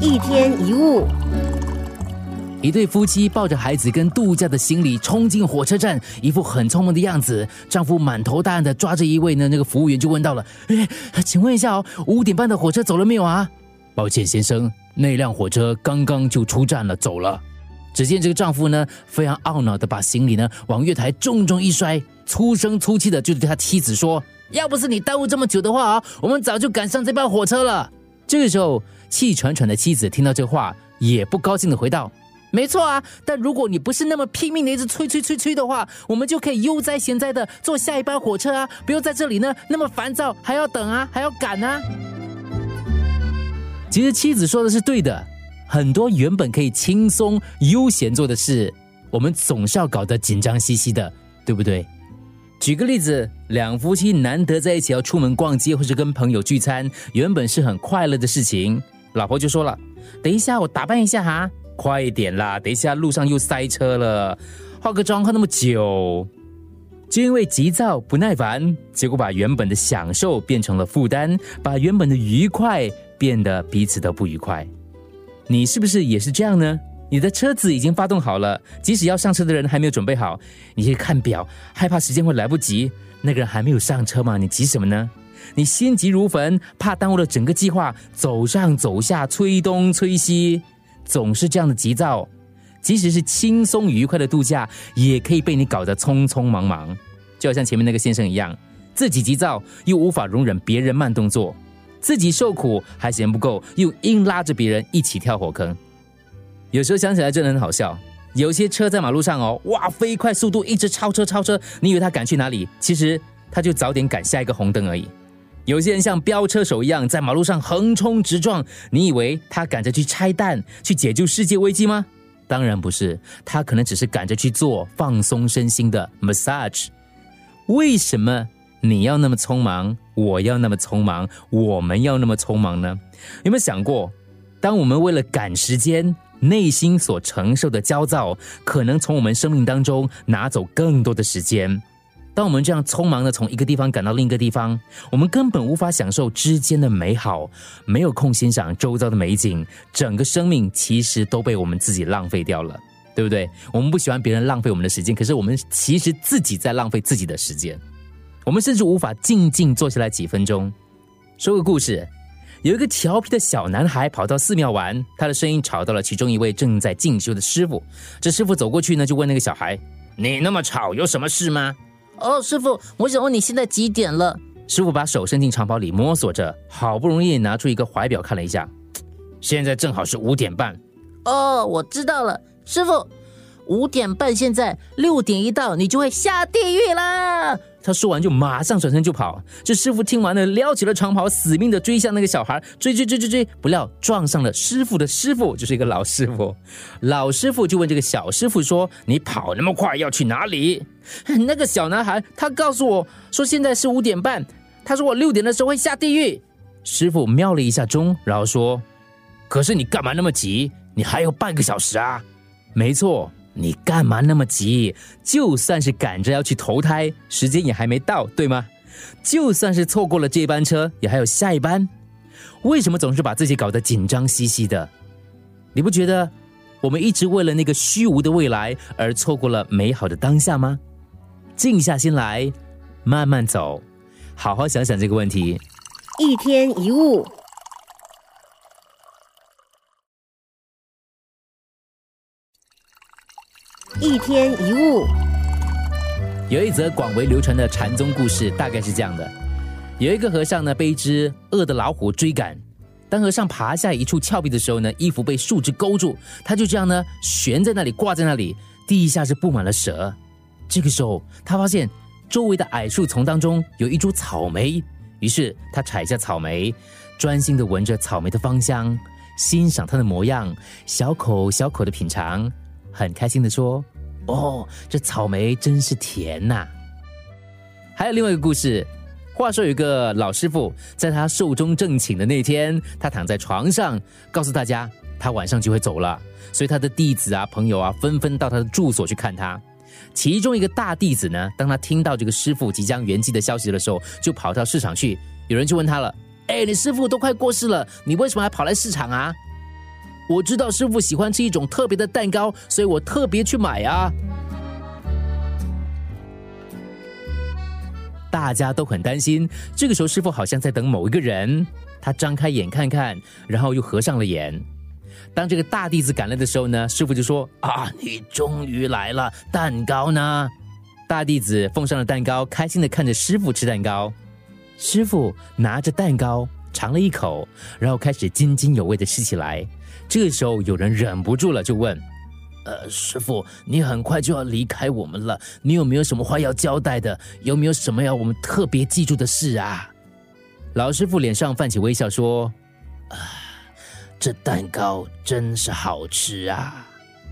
一天一物。 一对夫妻抱着孩子跟度假的行李冲进火车站，一副很匆忙的样子。丈夫满头大汗的抓着一位那个服务员就问到了：请问一下5点半的火车走了没有啊？抱歉先生，那辆火车刚刚就出站了，走了。只见这个丈夫呢，非常懊恼的把行李呢往月台重重一摔，粗声粗气的就对他妻子说：要不是你耽误这么久的话我们早就赶上这班火车了。这个时候气喘喘的妻子听到这话，也不高兴的回道：没错啊，但如果你不是那么拼命的一直催的话，我们就可以悠哉闲哉的坐下一班火车啊，不用在这里呢那么烦躁，还要等啊，还要赶啊。其实妻子说的是对的，很多原本可以轻松悠闲做的事，我们总是要搞得紧张兮兮的，对不对？举个例子，两夫妻难得在一起要出门逛街或者跟朋友聚餐，原本是很快乐的事情，老婆就说了：等一下我打扮一下哈。快一点啦，等一下路上又塞车了，化个妆化那么久。就因为急躁不耐烦，结果把原本的享受变成了负担，把原本的愉快变得彼此都不愉快。你是不是也是这样呢？你的车子已经发动好了，即使要上车的人还没有准备好，你去看表，害怕时间会来不及，那个人还没有上车嘛，你急什么呢？你心急如焚，怕耽误了整个计划，走上走下，催东催西，总是这样的急躁。即使是轻松愉快的度假，也可以被你搞得匆匆忙忙。就好像前面那个先生一样，自己急躁又无法容忍别人慢动作，自己受苦还嫌不够，又硬拉着别人一起跳火坑。有时候想起来真的很好笑，有些车在马路上哇，飞快速度一直超车，你以为他赶去哪里？其实他就早点赶下一个红灯而已。有些人像飙车手一样在马路上横冲直撞，你以为他赶着去拆弹，去解救世界危机吗？当然不是，他可能只是赶着去做放松身心的 massage。 为什么你要那么匆忙，我要那么匆忙，我们要那么匆忙呢？有没有想过，当我们为了赶时间，内心所承受的焦躁可能从我们生命当中拿走更多的时间。当我们这样匆忙的从一个地方赶到另一个地方，我们根本无法享受之间的美好，没有空欣赏周遭的美景，整个生命其实都被我们自己浪费掉了，对不对？我们不喜欢别人浪费我们的时间，可是我们其实自己在浪费自己的时间。我们甚至无法静静坐下来几分钟。说个故事，有一个调皮的小男孩跑到寺庙玩，他的声音吵到了其中一位正在进修的师傅。这师傅走过去呢，就问那个小孩：你那么吵，有什么事吗？ 师傅，我想问你现在几点了？ 师傅把手伸进长袍里摸索着，好不容易拿出一个怀表看了一下，现在正好是5点半。 我知道了，师傅，5点半现在6点一到，你就会下地狱啦！ 他说完就马上转身就跑。这师傅听完了，撩起了长袍，死命的追向那个小孩，追，不料撞上了师傅的师傅，就是一个老师傅。老师傅就问这个小师傅说：你跑那么快要去哪里？那个小男孩他告诉我说现在是5点半，他说我6点的时候会下地狱。师傅瞄了一下钟，然后说：可是你干嘛那么急？你还有半个小时啊。没错，你干嘛那么急？就算是赶着要去投胎，时间也还没到，对吗？就算是错过了这班车，也还有下一班。为什么总是把自己搞得紧张兮兮的？你不觉得我们一直为了那个虚无的未来而错过了美好的当下吗？静下心来，慢慢走，好好想想这个问题。 一天一物。一天一物。 有一则广为流传的禅宗故事，大概是这样的：有一个和尚呢，被一只饿的老虎追赶。当和尚爬下一处峭壁的时候呢，衣服被树枝勾住，他就这样呢悬在那里，挂在那里，地下是布满了蛇。这个时候他发现周围的矮树丛当中有一株草莓，于是他采下草莓，专心的闻着草莓的芳香，欣赏它的模样，小口小口的品尝，很开心的说：这草莓真是甜呐。还有另外一个故事，话说有一个老师傅，在他寿终正寝的那天，他躺在床上告诉大家他晚上就会走了，所以他的弟子啊朋友啊纷纷到他的住所去看他。其中一个大弟子呢，当他听到这个师傅即将圆寂的消息的时候，就跑到市场去。有人就问他了：你师傅都快过世了，你为什么还跑来市场啊？ 我知道师傅喜欢吃一种特别的蛋糕，所以我特别去买啊。大家都很担心，这个时候师傅好像在等某一个人，他张开眼看看，然后又合上了眼。当这个大弟子赶来的时候呢，师傅就说啊，你终于来了，蛋糕呢？大弟子奉上了蛋糕，开心地看着师傅吃蛋糕。师傅拿着蛋糕尝了一口，然后开始津津有味地吃起来。这个时候有人忍不住了，就问师傅，你很快就要离开我们了，你有没有什么话要交代的？有没有什么要我们特别记住的事啊？老师傅脸上泛起微笑说，这蛋糕真是好吃啊！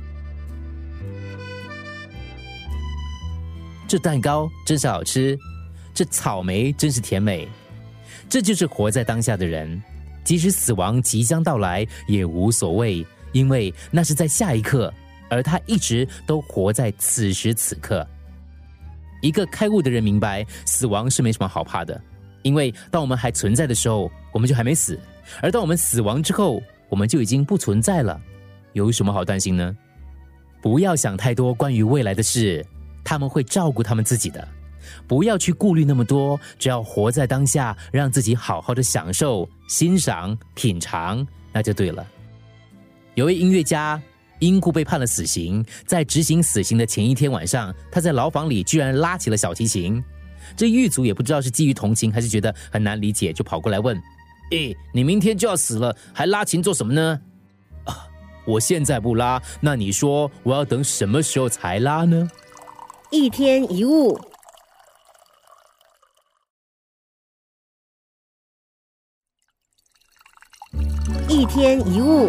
这蛋糕真是好吃，这草莓真是甜美。这就是活在当下的人，即使死亡即将到来也无所谓，因为那是在下一刻，而他一直都活在此时此刻。一个开悟的人明白，死亡是没什么好怕的，因为当我们还存在的时候，我们就还没死，而当我们死亡之后，我们就已经不存在了，有什么好担心呢？不要想太多关于未来的事，他们会照顾他们自己的。不要去顾虑那么多，只要活在当下，让自己好好的享受、欣赏、品尝，那就对了。有位音乐家因故被判了死刑，在执行死刑的前一天晚上，他在牢房里居然拉起了小提琴。这狱卒也不知道是基于同情还是觉得很难理解，就跑过来问，你明天就要死了，还拉琴做什么呢？我现在不拉，那你说我要等什么时候才拉呢？ 一天一物。一天一物。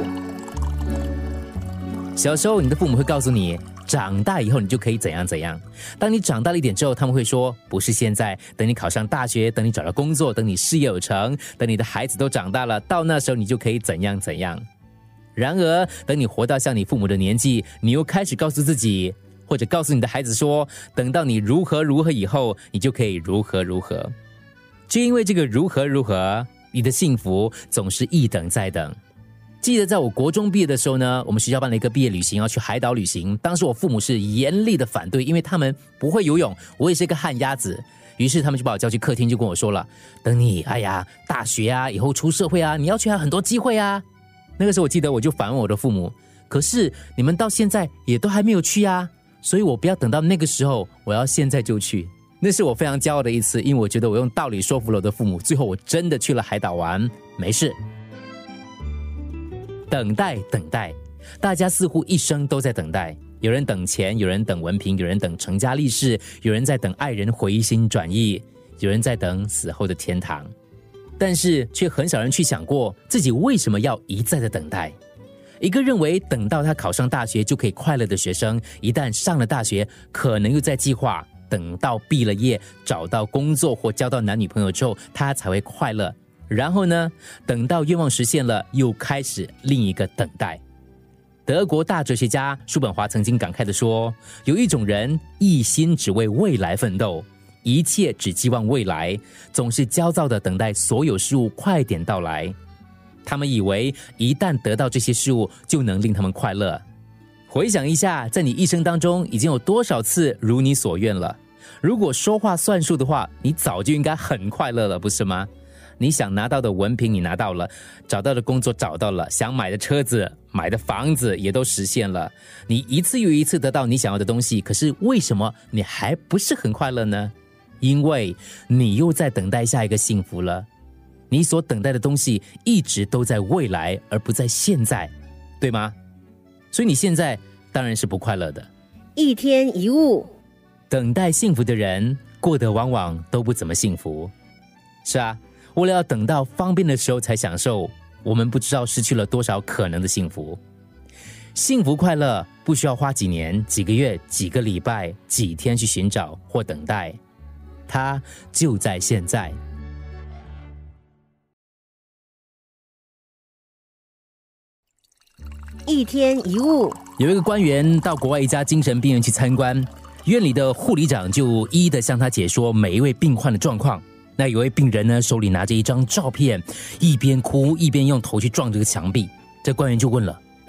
小时候你的父母会告诉你，长大以后你就可以怎样怎样。当你长大了一点之后，他们会说，不是现在，等你考上大学，等你找到工作，等你事业有成，等你的孩子都长大了，到那时候你就可以怎样怎样。然而等你活到像你父母的年纪，你又开始告诉自己，或者告诉你的孩子说，等到你如何如何以后，你就可以如何如何。就因为这个如何如何，你的幸福总是一等再等。记得在我国中毕业的时候呢，我们学校办了一个毕业旅行，要去海岛旅行。当时我父母是严厉的反对，因为他们不会游泳，我也是一个旱鸭子。于是他们就把我叫去客厅，就跟我说了，等你大学啊，以后出社会啊，你要去还有很多机会啊。那个时候我记得我就反问我的父母，可是你们到现在也都还没有去啊，所以我不要等到那个时候，我要现在就去。那是我非常骄傲的一次，因为我觉得我用道理说服了我的父母，最后我真的去了海岛玩，没事。等待，大家似乎一生都在等待，有人等钱，有人等文凭，有人等成家立室，有人在等爱人回心转意，有人在等死后的天堂。但是却很少人去想过自己为什么要一再的等待。一个认为等到他考上大学就可以快乐的学生，一旦上了大学，可能又在计划等到毕了业，找到工作或交到男女朋友之后，他才会快乐。然后呢，等到愿望实现了，又开始另一个等待。德国大哲学家叔本华曾经感慨地说，有一种人一心只为未来奋斗，一切只寄望未来，总是焦躁地等待所有事物快点到来。他们以为一旦得到这些事物，就能令他们快乐。回想一下，在你一生当中已经有多少次如你所愿了？如果说话算数的话，你早就应该很快乐了，不是吗？你想拿到的文凭你拿到了，找到的工作找到了，想买的车子、买的房子也都实现了，你一次又一次得到你想要的东西，可是为什么你还不是很快乐呢？因为你又在等待下一个幸福了。你所等待的东西一直都在未来，而不在现在，对吗？所以你现在当然是不快乐的。 一天一物。 等待幸福的人过得往往都不怎么幸福。是啊，为了要等到方便的时候才享受，我们不知道失去了多少可能的幸福。幸福快乐不需要花几年、几个月、几个礼拜、几天去寻找或等待，它就在现在。 一天一物。 有一个官员到国外一家精神病院去参观，院里的护理长就一一的向他解说每一位病患的状况。那有位病人呢，手里拿着一张照片，一边哭一边用头去撞这个墙壁。这官员就问了，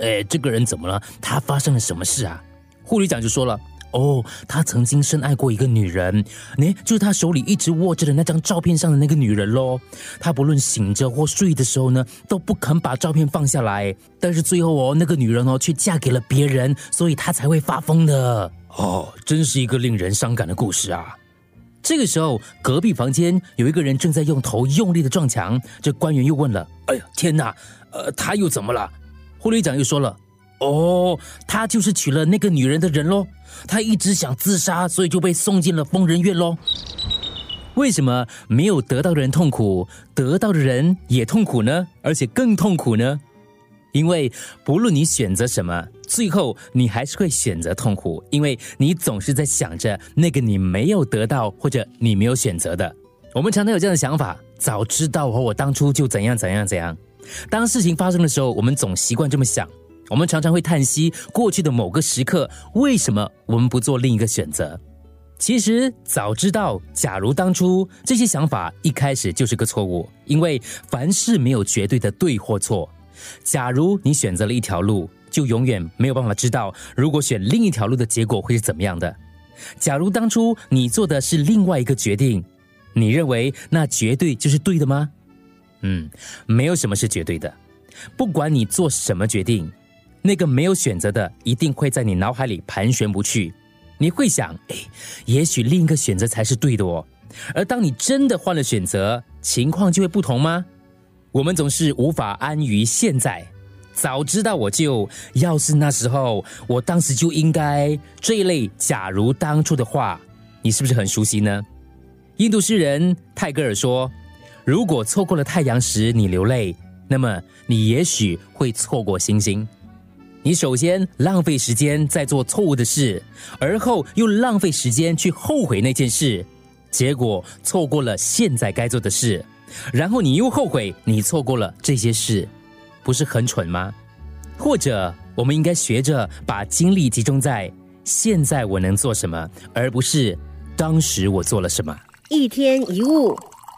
这个人怎么了？他发生了什么事啊？护理长就说了，他曾经深爱过一个女人，就是他手里一直握着的那张照片上的那个女人咯。他不论醒着或睡的时候呢，都不肯把照片放下来。但是最后那个女人却嫁给了别人，所以他才会发疯的。真是一个令人伤感的故事啊。这个时候，隔壁房间有一个人正在用头用力的撞墙。这官员又问了，哎呀，天哪，他又怎么了？护理长又说了，他就是娶了那个女人的人咯，他一直想自杀，所以就被送进了疯人院咯。为什么没有得到的人痛苦，得到的人也痛苦呢？而且更痛苦呢？因为不论你选择什么，最后你还是会选择痛苦，因为你总是在想着那个你没有得到或者你没有选择的。我们常常有这样的想法，早知道我当初就怎样怎样怎样。当事情发生的时候，我们总习惯这么想，我们常常会叹息过去的某个时刻，为什么我们不做另一个选择？其实早知道，假如当初，这些想法一开始就是个错误，因为凡事没有绝对的对或错。假如你选择了一条路，就永远没有办法知道如果选另一条路的结果会是怎么样的。假如当初你做的是另外一个决定，你认为那绝对就是对的吗？没有什么是绝对的。不管你做什么决定，那个没有选择的一定会在你脑海里盘旋不去。你会想，也许另一个选择才是对的哦。而当你真的换了选择，情况就会不同吗？我们总是无法安于现在。早知道要是那时候，我当时就应该，这一类假如当初的话，你是不是很熟悉呢？印度诗人泰戈尔说，如果错过了太阳时你流泪，那么你也许会错过星星。你首先浪费时间在做错误的事，而后又浪费时间去后悔那件事，结果错过了现在该做的事，然后你又后悔你错过了这些事，不是很蠢吗？或者我们应该学着把精力集中在现在我能做什么，而不是当时我做了什么。 一天一物。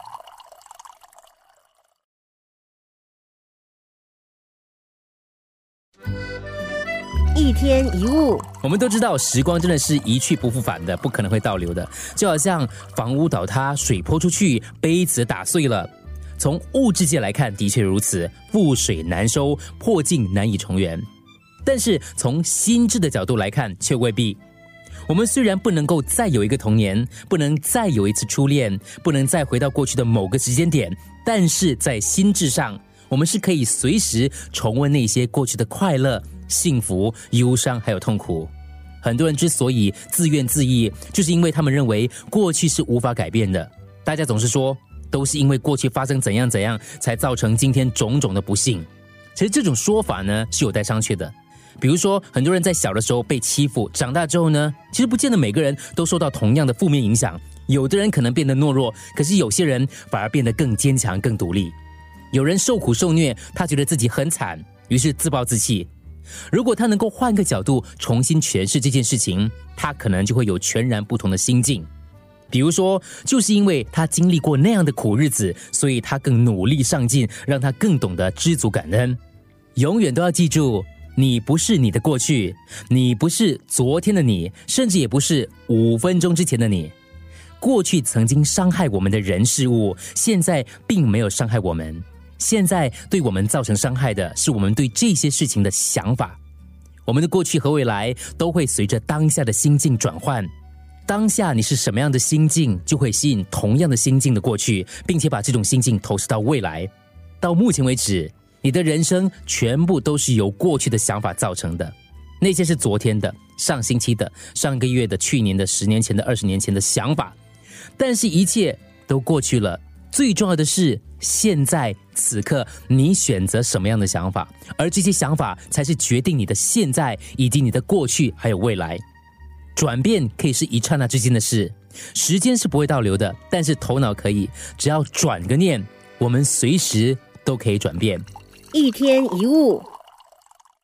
一天一物。 我们都知道，时光真的是一去不复返的，不可能会倒流的。就好像房屋倒塌，水泼出去，杯子打碎了。从物质界来看，的确如此，覆水难收，破镜难以重圆。但是从心智的角度来看，却未必。我们虽然不能够再有一个童年，不能再有一次初恋，不能再回到过去的某个时间点，但是在心智上，我们是可以随时重温那些过去的快乐、幸福、忧伤还有痛苦。很多人之所以自怨自艾，就是因为他们认为过去是无法改变的。大家总是说，都是因为过去发生怎样怎样，才造成今天种种的不幸。其实这种说法呢，是有待商榷的。比如说，很多人在小的时候被欺负，长大之后呢，其实不见得每个人都受到同样的负面影响。有的人可能变得懦弱，可是有些人反而变得更坚强、更独立。有人受苦受虐，他觉得自己很惨，于是自暴自弃。如果他能够换个角度重新诠释这件事情，他可能就会有全然不同的心境。比如说，就是因为他经历过那样的苦日子，所以他更努力上进，让他更懂得知足感恩。永远都要记住，你不是你的过去，你不是昨天的你，甚至也不是5分钟之前的你。过去曾经伤害我们的人事物，现在并没有伤害我们。现在对我们造成伤害的是我们对这些事情的想法。我们的过去和未来都会随着当下的心境转换。当下你是什么样的心境，就会吸引同样的心境的过去，并且把这种心境投射到未来。到目前为止，你的人生全部都是由过去的想法造成的。那些是昨天的、上星期的、上个月的、去年的、10年前的、20年前的想法，但是一切都过去了。最重要的是，现在此刻你选择什么样的想法，而这些想法才是决定你的现在以及你的过去还有未来。转变可以是一刹那之间的事，时间是不会倒流的，但是头脑可以，只要转个念，我们随时都可以转变。 一天一物。